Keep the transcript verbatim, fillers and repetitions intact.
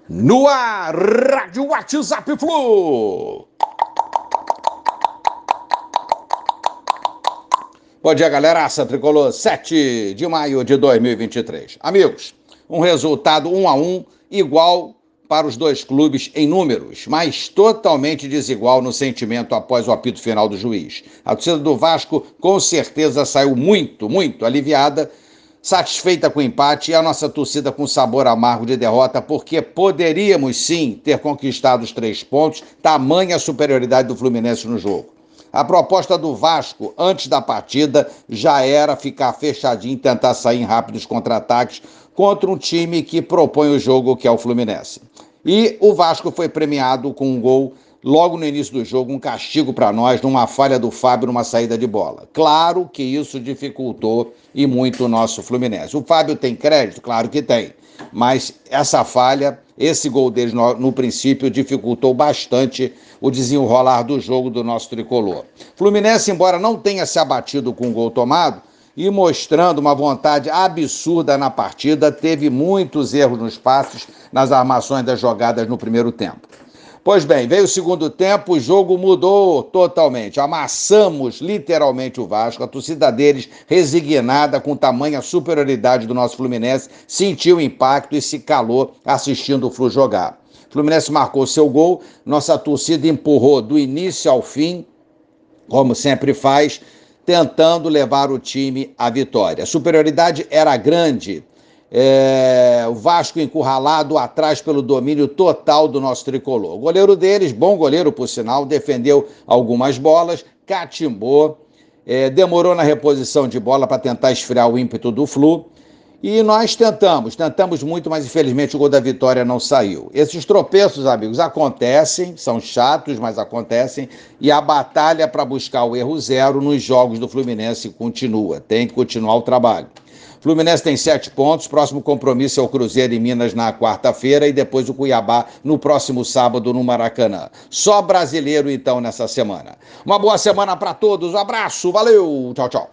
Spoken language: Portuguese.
No ar, Rádio WhatsApp Flu. Bom dia, galeraça tricolor, sete de maio de dois mil e vinte e três. Amigos, um resultado um a um igual para os dois clubes em números, mas totalmente desigual no sentimento após o apito final do juiz. A torcida do Vasco com certeza saiu muito, muito aliviada, satisfeita com o empate, e a nossa torcida com sabor amargo de derrota, porque poderíamos sim ter conquistado os três pontos, tamanha a superioridade do Fluminense no jogo. A proposta do Vasco, antes da partida, já era ficar fechadinho e tentar sair em rápidos contra-ataques contra um time que propõe o jogo, que é o Fluminense. E o Vasco foi premiado com um gol logo no início do jogo, um castigo para nós, numa falha do Fábio numa saída de bola. Claro que isso dificultou e muito o nosso Fluminense. O Fábio tem crédito? Claro que tem. Mas essa falha, esse gol deles no, no princípio, dificultou bastante o desenrolar do jogo do nosso tricolor. Fluminense, embora não tenha se abatido com o gol tomado, e mostrando uma vontade absurda na partida, teve muitos erros nos passes, nas armações das jogadas no primeiro tempo. Pois bem, veio o segundo tempo, o jogo mudou totalmente. Amassamos literalmente o Vasco, a torcida deles, resignada com tamanha superioridade do nosso Fluminense, sentiu o impacto e se calou assistindo o Flu jogar. O Fluminense marcou seu gol, nossa torcida empurrou do início ao fim, como sempre faz, tentando levar o time à vitória. A superioridade era grande, é, o Vasco encurralado atrás pelo domínio total do nosso tricolor. O goleiro deles, bom goleiro por sinal, defendeu algumas bolas, catimbou, é, demorou na reposição de bola para tentar esfriar o ímpeto do Flu. E nós tentamos, tentamos muito, mas infelizmente o gol da vitória não saiu. Esses tropeços, amigos, acontecem, são chatos, mas acontecem, e a batalha para buscar o erro zero nos jogos do Fluminense continua, tem que continuar o trabalho. O Fluminense tem sete pontos, próximo compromisso é o Cruzeiro em Minas na quarta-feira e depois o Cuiabá no próximo sábado no Maracanã. Só brasileiro então nessa semana. Uma boa semana para todos, um abraço, valeu, tchau, tchau.